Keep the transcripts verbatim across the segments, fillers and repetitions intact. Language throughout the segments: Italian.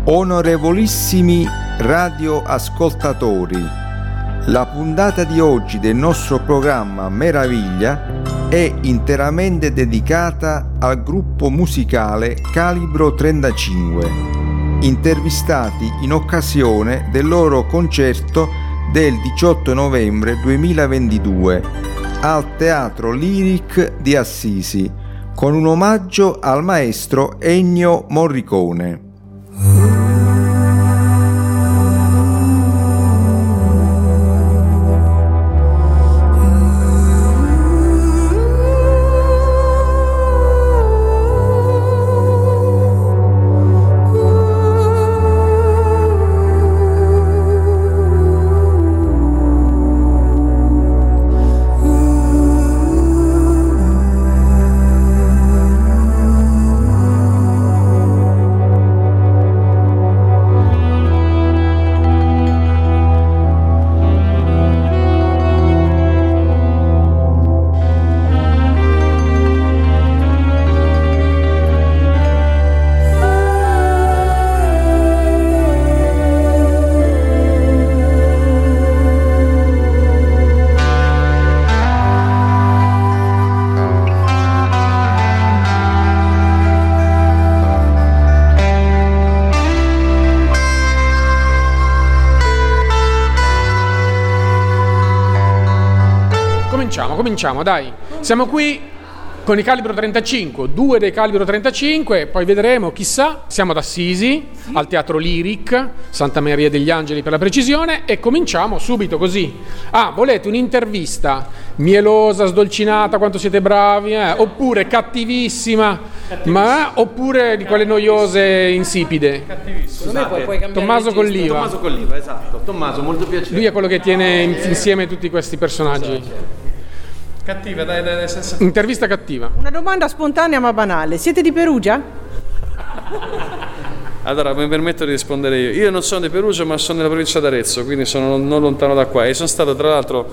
Onorevolissimi radioascoltatori, la puntata di oggi del nostro programma Meraviglia è interamente dedicata al gruppo musicale Calibro trentacinque, intervistati in occasione del loro concerto del diciotto novembre duemilaventidue al Teatro Lyric di Assisi, con un omaggio al maestro Ennio Morricone. Cominciamo, dai. Siamo qui con i Calibro trentacinque, due dei Calibro trentacinque, poi vedremo, chissà. Siamo ad Assisi, sì, al Teatro Lyric, Santa Maria degli Angeli per la precisione, e cominciamo subito così. Ah, volete un'intervista mielosa, sdolcinata, quanto siete bravi, eh? Oppure cattivissima, ma oppure di quelle noiose, insipide? Cattivissima. Puoi, puoi Tommaso Colliva. Tommaso Colliva, esatto. Tommaso, molto piacere. Lui è quello che tiene insieme tutti questi personaggi. Cattiva, dai, dai, dai, senza... Intervista cattiva. Una domanda spontanea ma banale. Siete di Perugia? Allora, mi permetto di rispondere io. Io non sono di Perugia, ma sono della provincia d'Arezzo, quindi sono non lontano da qua. E sono stato, tra l'altro,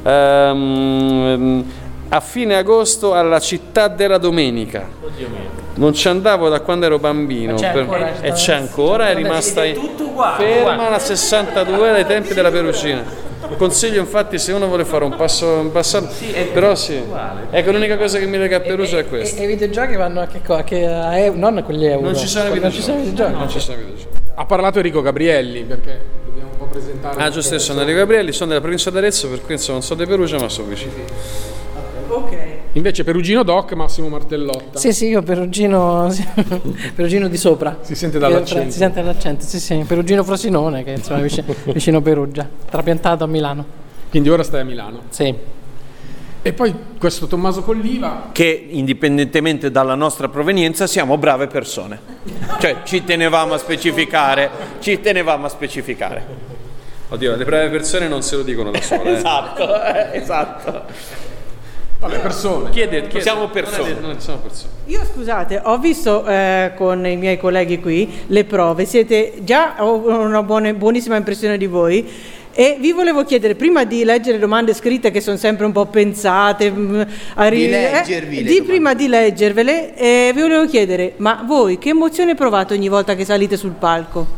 ehm, a fine agosto alla Città della Domenica. Oddio mio. Non ci andavo da quando ero bambino. C'è per... ancora, e c'è ancora, è rimasta è tutto uguale, ferma uguale. alla sessantadue dai tempi della Perugina. Consiglio infatti, se uno vuole fare un passo un passato, sì, però sì, uguale. Ecco, l'unica cosa che mi lega a Perugia e, è questa. E, e i videogiochi vanno a che cosa? Che a euro, non a quegli euro. Non ci sono i videogiochi. videogiochi. Non ci sono videogiochi. Ha parlato Enrico Gabrielli, perché dobbiamo un po' presentare. Ah, giusto, sono Enrico Gabrielli, sono della provincia d'Arezzo, per cui insomma non sono di Perugia, ma sono vicino. Ok. Invece Perugino Doc, Massimo Martellotta. Sì, sì, io Perugino, Perugino di sopra. Si sente dall'accento. Si sente dall'accento, sì, sì. Perugino Frosinone, che insomma è vicino, vicino Perugia, trapiantato a Milano. Quindi ora stai a Milano. Sì. E poi questo Tommaso Colliva, che indipendentemente dalla nostra provenienza siamo brave persone. Cioè ci tenevamo a specificare, ci tenevamo a specificare. Oddio, le brave persone non se lo dicono da sole. Eh. Esatto, eh, esatto. Vabbè, persone. Chiede, chiede. Siamo persone. Non è, non siamo persone. Io scusate, ho visto eh, con i miei colleghi qui le prove, siete già ho una buona, buonissima impressione di voi. E vi volevo chiedere, prima di leggere domande scritte che sono sempre un po' pensate, a ri- di leggervi eh, le di prima di leggervele, eh, vi volevo chiedere, ma voi che emozione provate ogni volta che salite sul palco?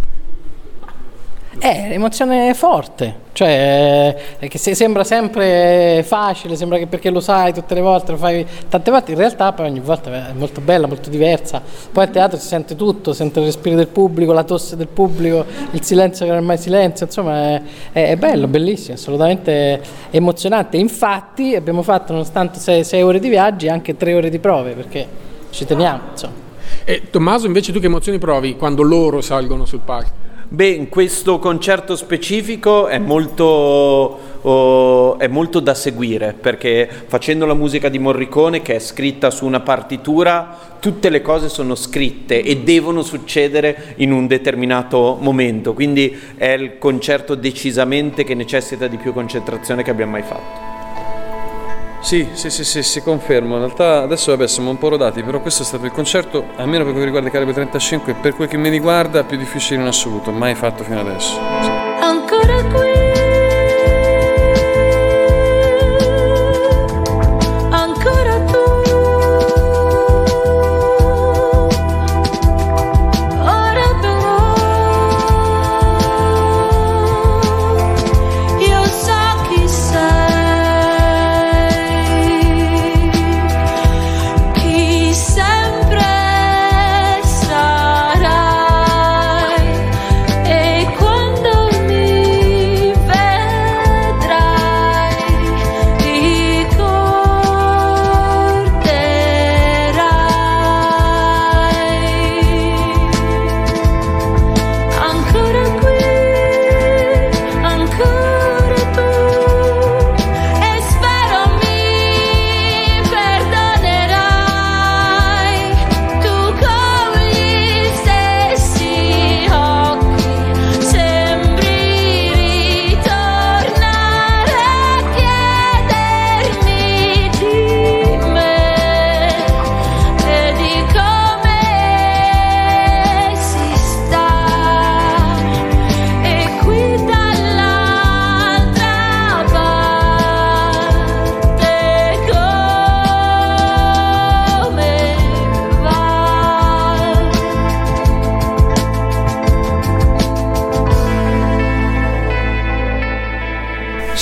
È un'emozione forte, cioè che se sembra sempre facile, sembra che perché lo sai tutte le volte, lo fai tante volte, in realtà poi ogni volta è molto bella, molto diversa. Poi al teatro si sente tutto, si sente il respiro del pubblico, la tosse del pubblico, il silenzio che non è mai silenzio, insomma è, è, è bello, bellissimo, assolutamente emozionante. Infatti abbiamo fatto, nonostante sei, sei ore di viaggi, anche tre ore di prove, perché ci teniamo, insomma. E Tommaso, invece tu che emozioni provi quando loro salgono sul palco? Beh, in questo concerto specifico è molto, oh, è molto da seguire, perché facendo la musica di Morricone, che è scritta su una partitura, tutte le cose sono scritte e devono succedere in un determinato momento, quindi è il concerto decisamente che necessita di più concentrazione che abbiamo mai fatto. Sì, sì, sì, sì, si conferma. In realtà adesso vabbè siamo un po' rodati, però questo è stato il concerto, almeno per quel che riguarda i Calibro trentacinque, per quel che mi riguarda, più difficile in assoluto, mai fatto fino adesso. Sì. Ancora qui. Ancora tu. Ora però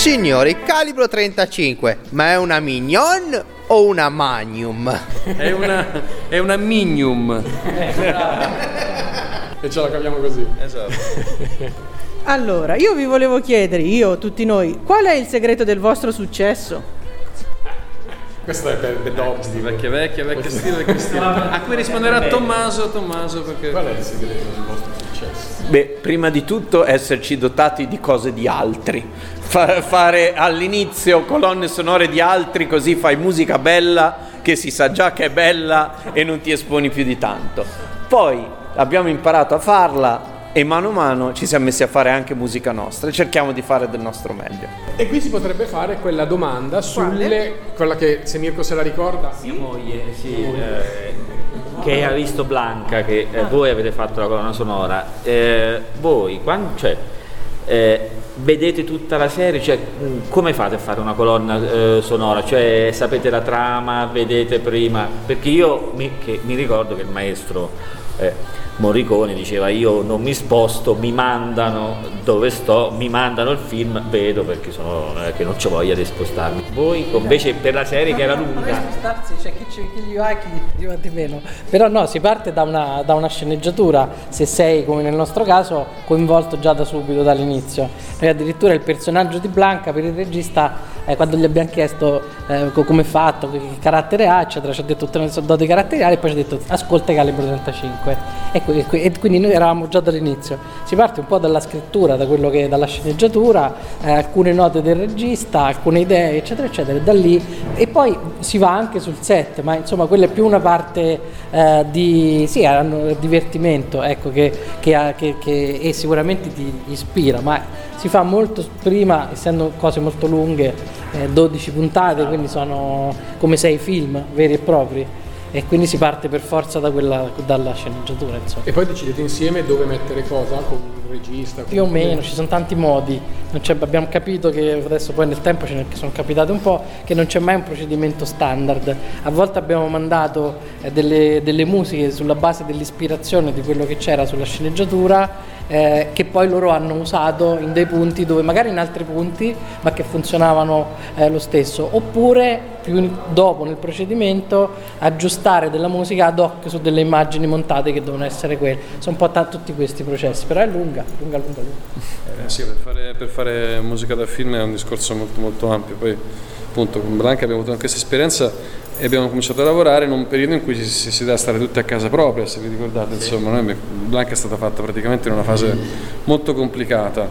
Signori, calibro trentacinque, ma è una Mignon o una Magnum? È una, è una Minium. E ce la caviamo così. Esatto. Allora, io vi volevo chiedere, io, tutti noi, qual è il segreto del vostro successo? Questo è per Bedobby. Vecchia, vecchia, vecchia stile, vecchia stile. A cui risponderà Tommaso, Tommaso, perché... Qual è il segreto del vostro successo? Beh, prima di tutto esserci dotati di cose di altri. Fa- fare all'inizio colonne sonore di altri, così fai musica bella, che si sa già che è bella e non ti esponi più di tanto. Poi abbiamo imparato a farla e mano a mano ci siamo messi a fare anche musica nostra e cerchiamo di fare del nostro meglio. E qui si potrebbe fare quella domanda sulle... quella che, se Mirko se la ricorda... Mia moglie, sì, eh, che ha visto Blanca, che eh, voi avete fatto la colonna sonora. Eh, voi, quando, cioè, eh, vedete tutta la serie? Cioè, come fate a fare una colonna eh, sonora? Cioè, sapete la trama, vedete prima? Perché io mi, che, mi ricordo che il maestro... Eh, Morricone diceva: io non mi sposto, mi mandano dove sto, mi mandano il film, vedo, perché sono eh, che non c'ho voglia di spostarmi. Voi invece per la serie che era lunga, spostarsi, cioè chi, ci, chi gli va e chi gli va di meno. Però no, si parte da una, da una sceneggiatura, se sei, come nel nostro caso, coinvolto già da subito, dall'inizio. Noi addirittura il personaggio di Blanca, per il regista, eh, quando gli abbiamo chiesto eh, come è fatto, che carattere ha, eccetera, ci ha detto tutte le sue doti caratteriali e poi ci ha detto ascolta calibro trentacinque. E, e quindi noi eravamo già dall'inizio. Si parte un po' dalla scrittura, da quello che dalla sceneggiatura, eh, alcune note del regista, alcune idee, eccetera, eccetera, e da lì e poi si va anche sul set, ma insomma quella è più una parte eh, di sì, divertimento, ecco, che, che, che, che e sicuramente ti ispira, ma si fa molto prima, essendo cose molto lunghe, eh, dodici puntate, quindi sono come sei film veri e propri. E quindi si parte per forza da quella, dalla sceneggiatura, insomma. E poi decidete insieme dove mettere cosa, con il regista? Più o meno, ci sono tanti modi. Non c'è, abbiamo capito che adesso poi nel tempo ce ne sono capitate un po', che non c'è mai un procedimento standard. A volte abbiamo mandato eh, delle, delle musiche sulla base dell'ispirazione di quello che c'era sulla sceneggiatura, eh, che poi loro hanno usato in dei punti dove magari in altri punti, ma che funzionavano eh, lo stesso. Oppure più dopo nel procedimento aggiustare della musica ad hoc su delle immagini montate che devono essere quelle. Sono un po' t- tutti questi processi, però è lunga, lunga, lunga, lunga. Eh, sì, per fare, per fare musica da film è un discorso molto molto ampio. Poi appunto con Blanca abbiamo avuto anche questa esperienza e abbiamo cominciato a lavorare in un periodo in cui si, si, si deve stare tutti a casa propria, se vi ricordate, sì. Insomma, noi, Blanca è stata fatta praticamente in una fase molto complicata,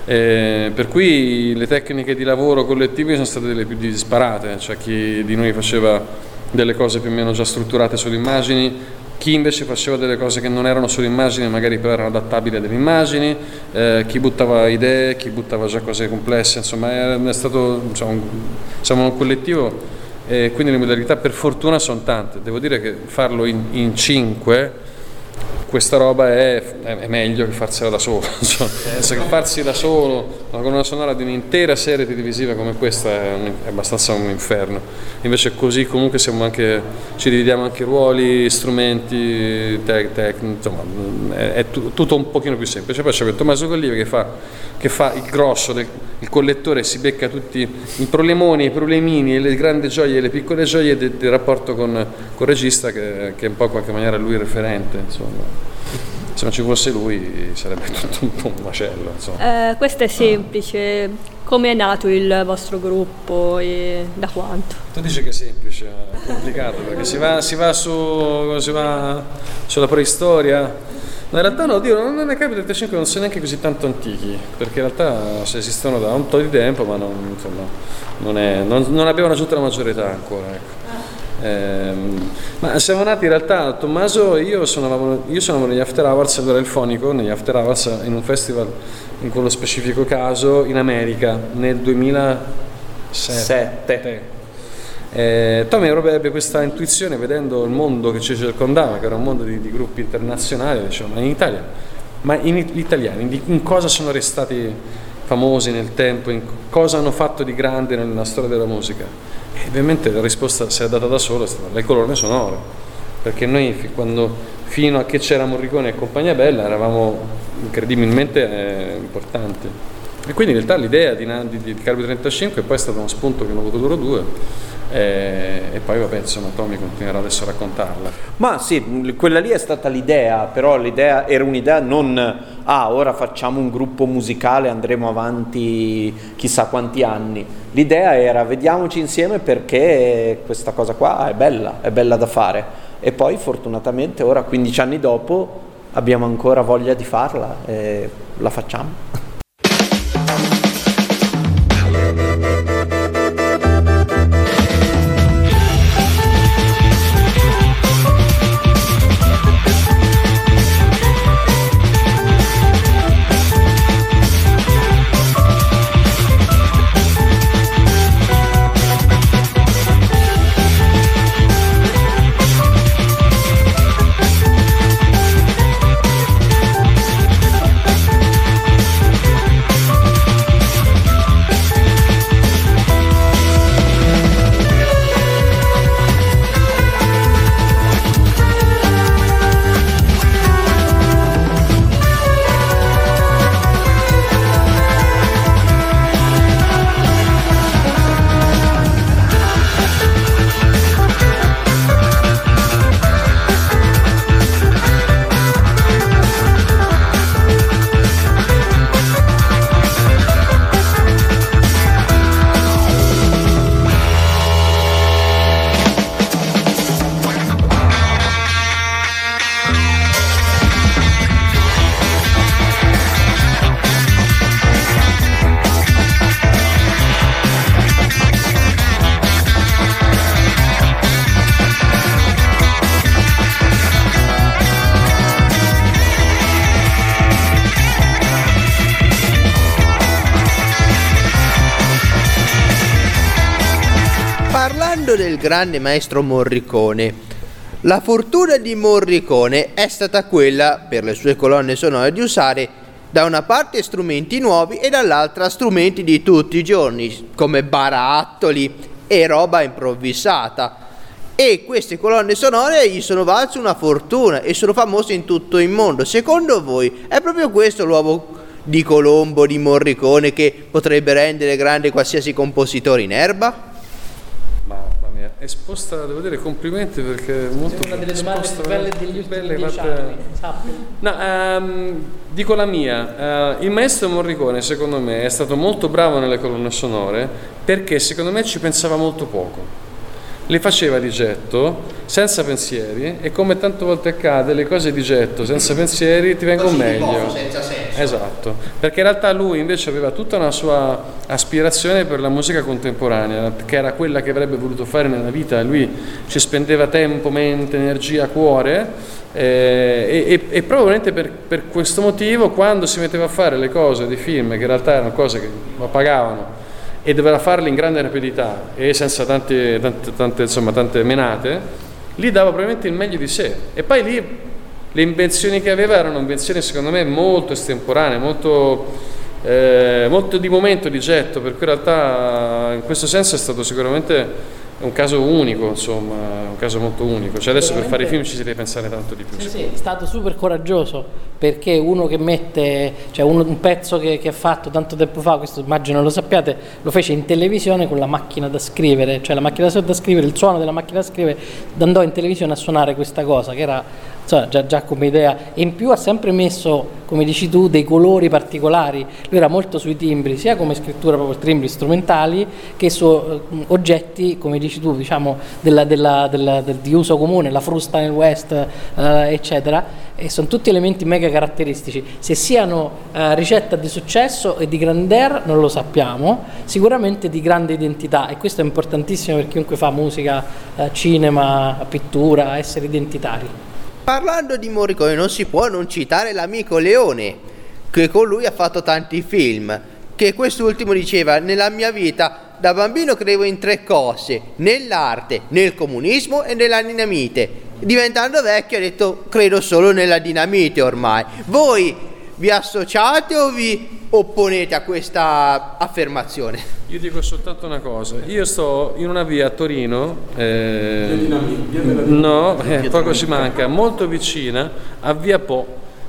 eh, per cui le tecniche di lavoro collettivi sono state delle più disparate, cioè chi di noi faceva delle cose più o meno già strutturate sulle immagini, chi invece faceva delle cose che non erano solo immagini, magari però erano adattabili a delle immagini, eh, chi buttava idee, chi buttava già cose complesse, insomma è, è stato diciamo, un, siamo un collettivo e quindi le modalità per fortuna sono tante. Devo dire che farlo in, in cinque, questa roba è, è, è meglio che farsela da solo, insomma, che farsi da solo una colonna sonora di un'intera serie televisiva come questa è, un, è abbastanza un inferno. Invece così comunque siamo anche, ci dividiamo anche ruoli, strumenti, tec, tec, insomma è, è t- tutto un pochino più semplice. Poi c'è Tommaso Collive che fa, che fa il grosso del il collettore, si becca tutti i problemoni, i problemini, le grandi gioie e le piccole gioie del, del rapporto con il regista che, che è un po' in qualche maniera lui referente, insomma. Se non ci fosse lui sarebbe tutto un po' un macello, insomma. Eh, questo è semplice. Come è nato il vostro gruppo e da quanto? Tu dici che è semplice, è complicato, perché si va, si va, su, si va sulla preistoria. Ma in realtà no, Dio, non ne capita trentacinque non sono neanche così tanto antichi, perché in realtà esistono da un po' di tempo, ma non, insomma, non, è, non, non abbiamo raggiunto la maggiore età ancora, ecco. Ehm, ma siamo nati in realtà, Tommaso e io suonavamo, io suonavo negli After Hours, allora il fonico, negli After Hours in un festival, in quello specifico caso, in America, nel duemilasette. Sette. Eh, Tommy proprio ebbe questa intuizione vedendo il mondo che ci circondava, che era un mondo di, di gruppi internazionali, diceva, ma in Italia, ma in, gli italiani in, in cosa sono restati famosi nel tempo, in cosa hanno fatto di grande nella storia della musica? E ovviamente la risposta si è data da sola, è stata le colonne sonore, perché noi quando, fino a che c'era Morricone e compagnia bella eravamo incredibilmente eh, importanti. E quindi in realtà l'idea di, di, di Calibro trentacinque poi è stato uno spunto che hanno avuto loro due, e, e poi vabbè, insomma, Tommy continuerà adesso a raccontarla. Ma sì, quella lì è stata l'idea, però l'idea era un'idea non ah, ora facciamo un gruppo musicale, andremo avanti chissà quanti anni. L'idea era vediamoci insieme perché questa cosa qua è bella, è bella da fare. E poi fortunatamente ora, quindici anni dopo, abbiamo ancora voglia di farla e la facciamo. Del grande maestro Morricone. La fortuna di Morricone è stata quella, per le sue colonne sonore, di usare da una parte strumenti nuovi e dall'altra strumenti di tutti i giorni, come barattoli e roba improvvisata. E queste colonne sonore gli sono valse una fortuna e sono famose in tutto il mondo. Secondo voi è proprio questo l'uovo di Colombo di Morricone che potrebbe rendere grande qualsiasi compositore in erba? Esposta, devo dire complimenti perché è molto una delle domande più belle degli ultimi dieci fatte... anni, sappi. No, um, dico la mia, uh, il maestro Morricone secondo me è stato molto bravo nelle colonne sonore perché secondo me ci pensava molto poco. Le faceva di getto, senza pensieri, e come tante volte accade, le cose di getto, senza pensieri, ti vengono meglio. Senza senso. Esatto, perché in realtà lui invece aveva tutta una sua aspirazione per la musica contemporanea, che era quella che avrebbe voluto fare nella vita. Lui ci spendeva tempo, mente, energia, cuore, eh, e, e probabilmente per, per questo motivo, quando si metteva a fare le cose di film, che in realtà erano cose che lo pagavano, e doveva farle in grande rapidità e senza tante, tante, tante, insomma, tante menate, lì dava probabilmente il meglio di sé. E poi lì le invenzioni che aveva erano invenzioni secondo me molto estemporanee, molto, eh, molto di momento, di getto, per cui in realtà in questo senso è stato sicuramente un caso unico, insomma, un caso molto unico. Cioè adesso per fare i film ci si deve pensare tanto di più. Sì, sì, è stato super coraggioso, perché uno che mette, cioè uno, un pezzo che, che ha fatto tanto tempo fa, questo immagino lo sappiate, lo fece in televisione con la macchina da scrivere, cioè la macchina da scrivere, il suono della macchina da scrivere, andò in televisione a suonare questa cosa che era, insomma, già, già come idea, e in più ha sempre messo, come dici tu, dei colori particolari. Lui era molto sui timbri, sia come scrittura, proprio timbri strumentali, che su uh, oggetti, come dici tu, diciamo della, della, della, del, di uso comune, la frusta nel West, uh, eccetera, e sono tutti elementi mega caratteristici. Se siano uh, ricetta di successo e di grandeur non lo sappiamo, sicuramente di grande identità, e questo è importantissimo per chiunque fa musica, uh, cinema, pittura, essere identitari. Parlando di Morricone non si può non citare l'amico Leone, che con lui ha fatto tanti film, che quest'ultimo diceva: nella mia vita da bambino credevo in tre cose, nell'arte, nel comunismo e nella dinamite. Diventando vecchio ha detto credo solo nella dinamite ormai. Voi vi associate o vi opponete a questa affermazione? Io dico soltanto una cosa, io sto in una via a Torino, eh, no, eh, poco ci manca, molto vicina a via Po,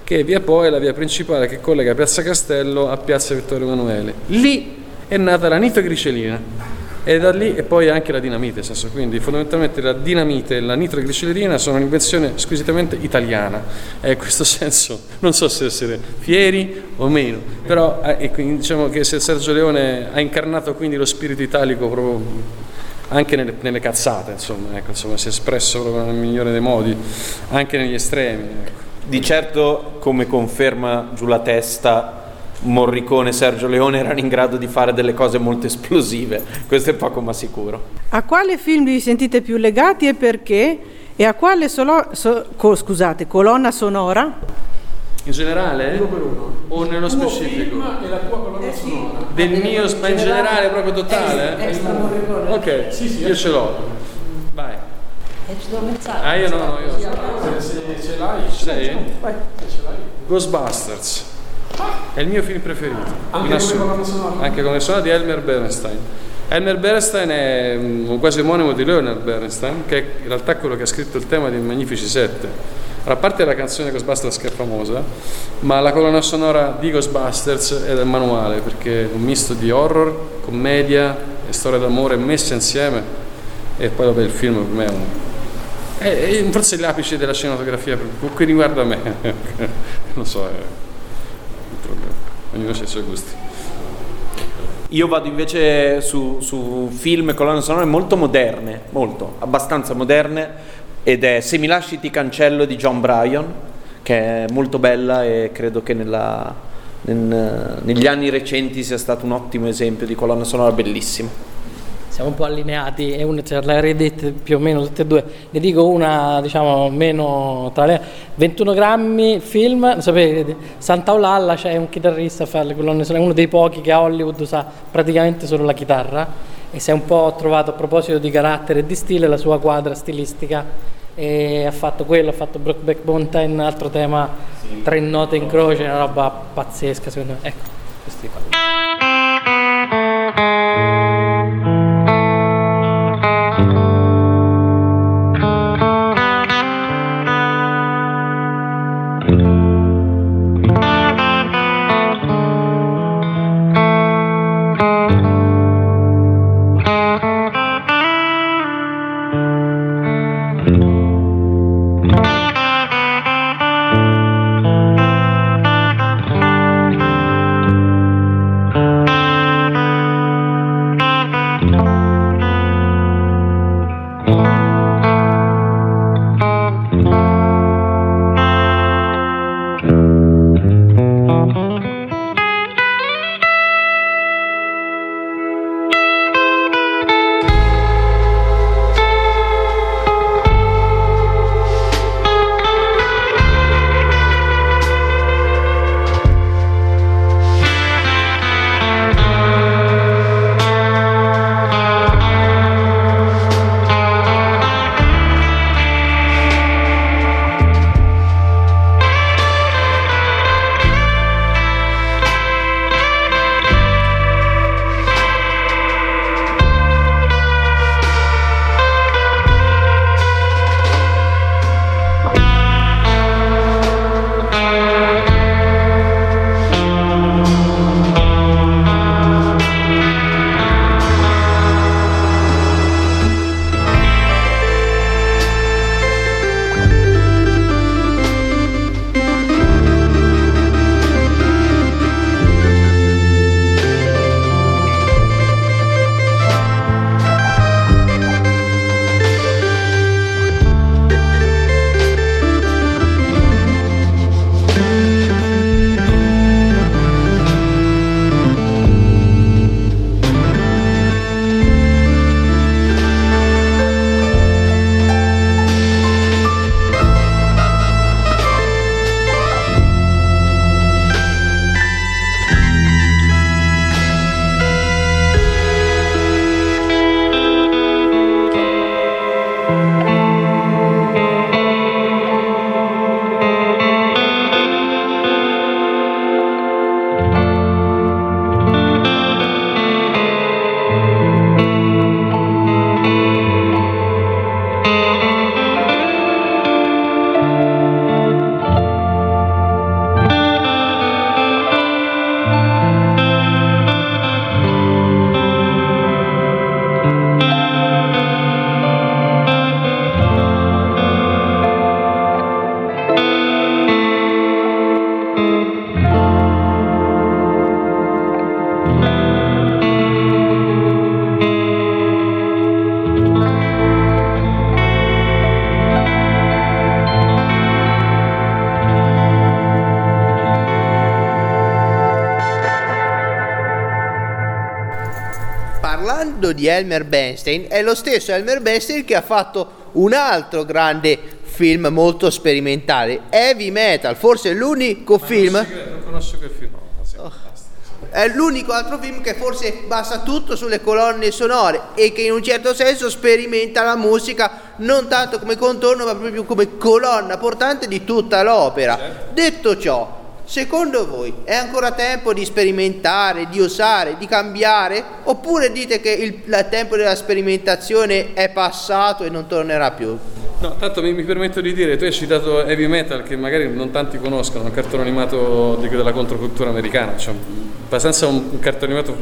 che via Po è la via principale che collega Piazza Castello a Piazza Vittorio Emanuele. Lì è nata la nitroglicerina e da lì e poi anche la dinamite, nel senso, quindi fondamentalmente la dinamite e la nitroglicerina sono un'invenzione squisitamente italiana e in questo senso non so se essere fieri o meno, però eh, quindi, diciamo che se Sergio Leone ha incarnato quindi lo spirito italico proprio anche nelle, nelle cazzate, insomma, ecco, insomma, si è espresso proprio nel migliore dei modi, anche negli estremi. Ecco. Di certo, come conferma Giù la testa, Morricone e Sergio Leone erano in grado di fare delle cose molto esplosive, questo è poco ma sicuro. A quale film vi sentite più legati e perché? E a quale solo, so, co, scusate, colonna sonora? In generale? Uno per uno. O nello specifico? E la tua colonna sonora. Del mio, ma in generale proprio totale? Eh, extra Morricone. Ok, Sì, sì, io ce l'ho. Vai. E ci devo pensare. Ah, io no, no, io Se, se ce l'hai, Sei? se ce l'hai. Ghostbusters. È il mio film preferito. Anche in come assoluto. colonna sonora? Anche come sonora di Elmer Bernstein. Elmer Bernstein è un quasi omonimo di Leonard Bernstein, che è in realtà quello che ha scritto il tema di Magnifici Sette. A parte la canzone Ghostbusters che è famosa, ma la colonna sonora di Ghostbusters è del manuale, perché è un misto di horror, commedia e storia d'amore messe insieme, e poi vabbè, il film per me è un... è, è forse l'apice della cinematografia per cui riguarda me. Non so, è un problema, ognuno ha i suoi gusti. Io vado invece su, su film e colonne sonore molto moderne, molto, abbastanza moderne, ed è Se mi lasci ti cancello di John Bryan, che è molto bella e credo che nella, nel, negli anni recenti sia stato un ottimo esempio di colonna sonora bellissima. Siamo un po' allineati e una ce le redette più o meno tutte e due. Ne dico una, diciamo, meno tra le ventuno grammi film, sapete, Santa Eulalla c'è un chitarrista a fare le colonne sonore, uno dei pochi che a Hollywood usa praticamente solo la chitarra, e si è un po' trovato, a proposito di carattere e di stile, la sua quadra stilistica, e ha fatto quello, ha fatto Brokeback Mountain, altro tema, sì. Tre note in croce, una roba pazzesca secondo me. Ecco, questi qua. Parlando di Elmer Bernstein, è lo stesso Elmer Bernstein che ha fatto un altro grande film molto sperimentale, Heavy Metal, forse è l'unico Ma film... Non, si crede, non conosco quel film, no, sì, oh. È l'unico altro film che forse basa tutto sulle colonne sonore e che in un certo senso sperimenta la musica non tanto come contorno ma proprio come colonna portante di tutta l'opera. Certo. Detto ciò, secondo voi è ancora tempo di sperimentare, di osare, di cambiare? Oppure dite che il, il tempo della sperimentazione è passato e non tornerà più? No, tanto mi, mi permetto di dire, tu hai citato Heavy Metal, che magari non tanti conoscono, un cartone animato di, della controcultura americana, cioè abbastanza un, un cartone animato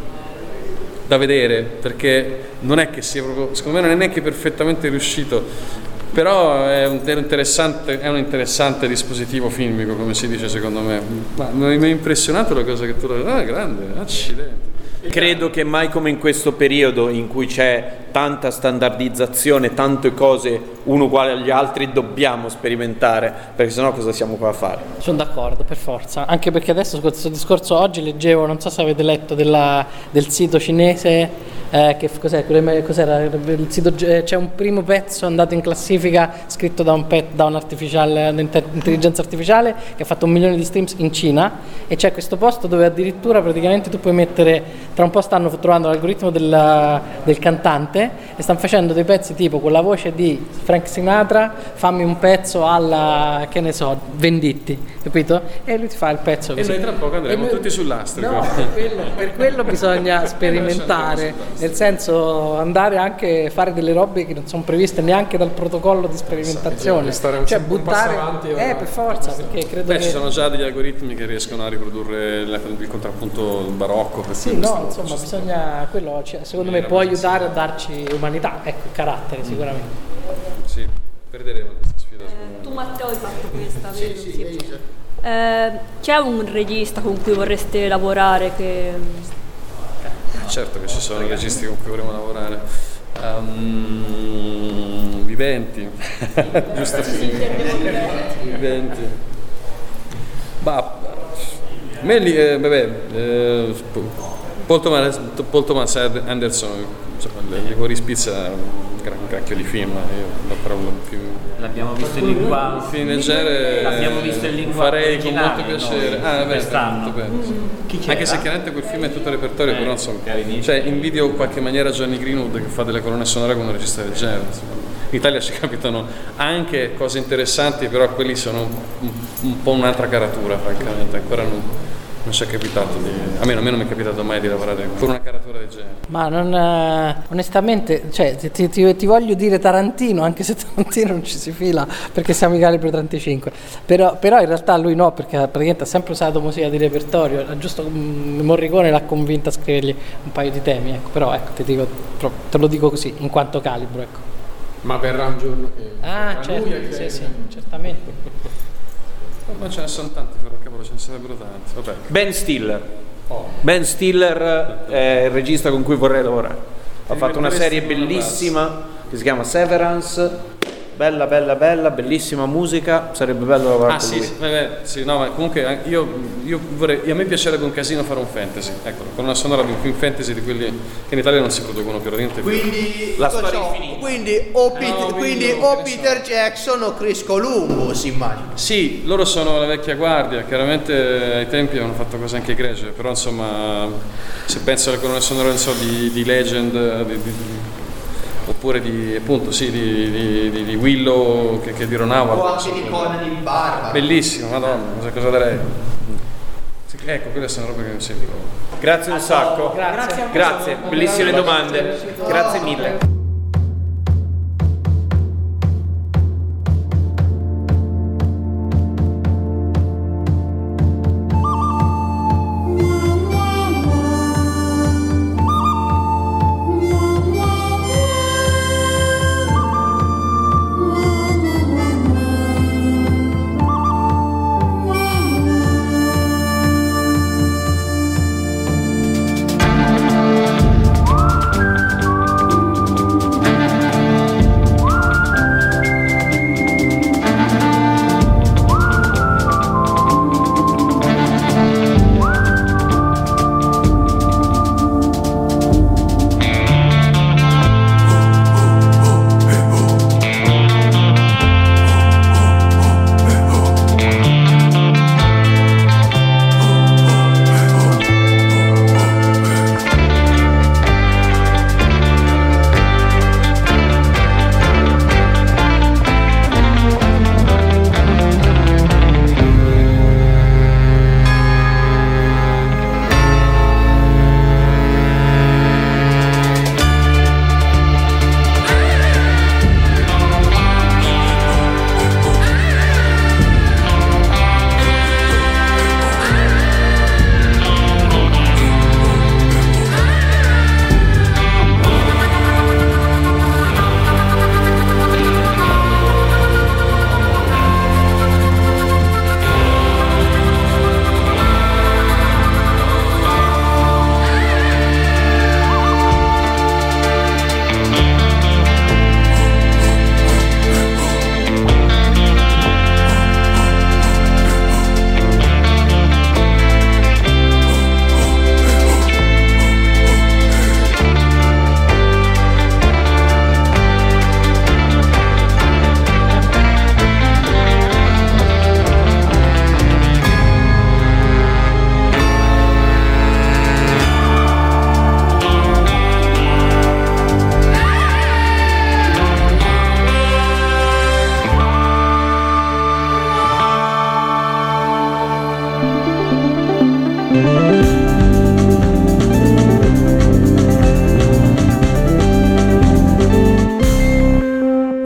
da vedere, perché non è che sia proprio, secondo me non è neanche perfettamente riuscito, però è un, è un interessante, è un interessante dispositivo filmico, come si dice secondo me. Ma mi ha impressionato la cosa che tu l'hai, ah, grande, accidenti. Credo che mai come in questo periodo in cui c'è tanta standardizzazione, tante cose uno uguale agli altri, dobbiamo sperimentare, perché sennò cosa siamo qua a fare? Sono d'accordo, per forza, anche perché adesso su questo discorso oggi leggevo, non so se avete letto della, del sito cinese, eh, che cos'è, cos'era il sito, c'è un primo pezzo andato in classifica scritto da un pet, da un'intelligenza artificiale che ha fatto un milione di streams in Cina, e c'è questo posto dove addirittura praticamente tu puoi mettere, tra un po' stanno trovando l'algoritmo del, del cantante e stanno facendo dei pezzi tipo con la voce di Frank Sinatra, fammi un pezzo alla, che ne so, Venditti, capito? E lui ti fa il pezzo così. E noi tra poco andremo noi... tutti sull'astrico. No, per quello, per quello bisogna sperimentare, nel senso andare anche a fare delle robe che non sono previste neanche dal protocollo di sperimentazione, cioè buttare, avanti, eh, per forza, perché credo Beh, che... ci sono già degli algoritmi che riescono a riprodurre il, il contrappunto barocco. Per sì, no, insomma, bisogna, quello cioè, secondo me può aiutare a darci umanità, ecco, carattere sicuramente. Sì, perderemo questa sfida. Eh, tu Matteo hai fatto questa, Sì, vero? sì, Sì. Elisa. Eh, c'è un regista con cui vorreste lavorare che... Certo che ci sono registi con cui vorremmo lavorare. Um, viventi, giusto? Viventi. Bah, a me lì, eh, vabbè, eh, Paul Thomas, Paul Thomas Anderson, cioè, Liquori Spizza, un cacchio di film, io lo parlo più. L'abbiamo visto in lingua. Un film del genere. L'abbiamo visto in lingua. Farei con molto piacere. Noi, ah, beh, quest'anno. molto bene, sì. Chi c'era? Anche se chiaramente quel film è tutto il repertorio, Eh, però insomma. carinissimo. Cioè, invidio in qualche maniera Johnny Greenwood che fa delle colonne sonore con un regista del genere. Insomma. In Italia ci capitano anche cose interessanti, però quelli sono un, un po' un'altra caratura, francamente. Ancora non. Non ci è capitato di, a me non mi è capitato mai di lavorare con una caratura del genere. Ma non, eh, onestamente, cioè, ti, ti, ti voglio dire Tarantino, anche se Tarantino non ci si fila perché siamo i calibro trentacinque, però, però in realtà lui no, perché praticamente ha sempre usato musica di repertorio, giusto Morricone l'ha convinta a scrivergli un paio di temi, ecco. Però ecco, ti dico, te lo dico così, in quanto calibro, ecco. Ma verrà un giorno che... Ah, certo, sì, sì, certamente. Ma ce ne sono tanti, però cavolo, ce ne sarebbero tanti. Vabbè. Ben Stiller. Oh. Ben Stiller è il regista con cui vorrei lavorare. Ha fatto una serie bellissima che si chiama Severance. Bella, bella, bella, bellissima musica. Sarebbe bello lavorare ah, con sì, lui. Sì, vabbè, sì, no, ma comunque io, io vorrei, a me piacerebbe un casino fare un fantasy. Ecco, con una sonora di un film fantasy di quelli che in Italia non si producono più niente. Quindi, la storia so, infinita. Quindi o, Pete, no, quindi quindi o Peter Jackson o Chris Columbus, immagino. Sì, loro sono la vecchia guardia, chiaramente ai tempi hanno fatto cose anche egregie, però insomma, se penso alle colonne sonore, non so, di, di Legend, di, di, oppure di, appunto, sì, di, di, di, di Willow, che, che di Ron Howard. O anche di Conan il Barbaro. Bellissimo, madonna, cosa, cosa darei? Ecco, quelle sono robe che non si Grazie un sacco. Grazie. Grazie, bellissime domande. Grazie mille.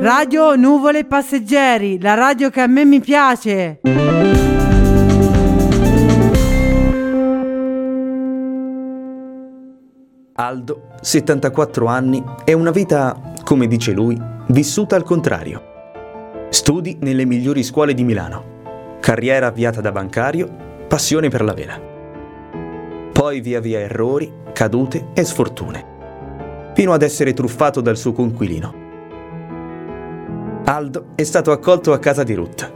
Radio Nuvole Passeggeri, la radio che a me mi piace. Aldo, settantaquattro anni, è una vita, come dice lui, vissuta al contrario. Studi nelle migliori scuole di Milano, carriera avviata da bancario, passione per la vela. Poi via via errori, cadute e sfortune, fino ad essere truffato dal suo coinquilino. Aldo è stato accolto a casa di Ruth.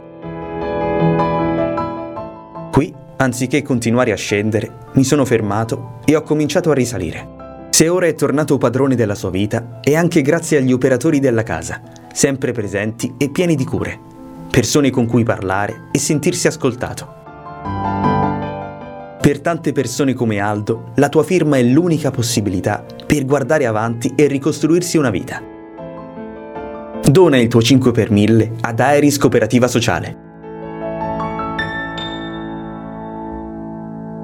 Qui, anziché continuare a scendere, mi sono fermato e ho cominciato a risalire. Se ora è tornato padrone della sua vita, è anche grazie agli operatori della casa, sempre presenti e pieni di cure, persone con cui parlare e sentirsi ascoltato. Per tante persone come Aldo, la tua firma è l'unica possibilità per guardare avanti e ricostruirsi una vita. Dona il tuo cinque per mille ad Aeris Cooperativa Sociale.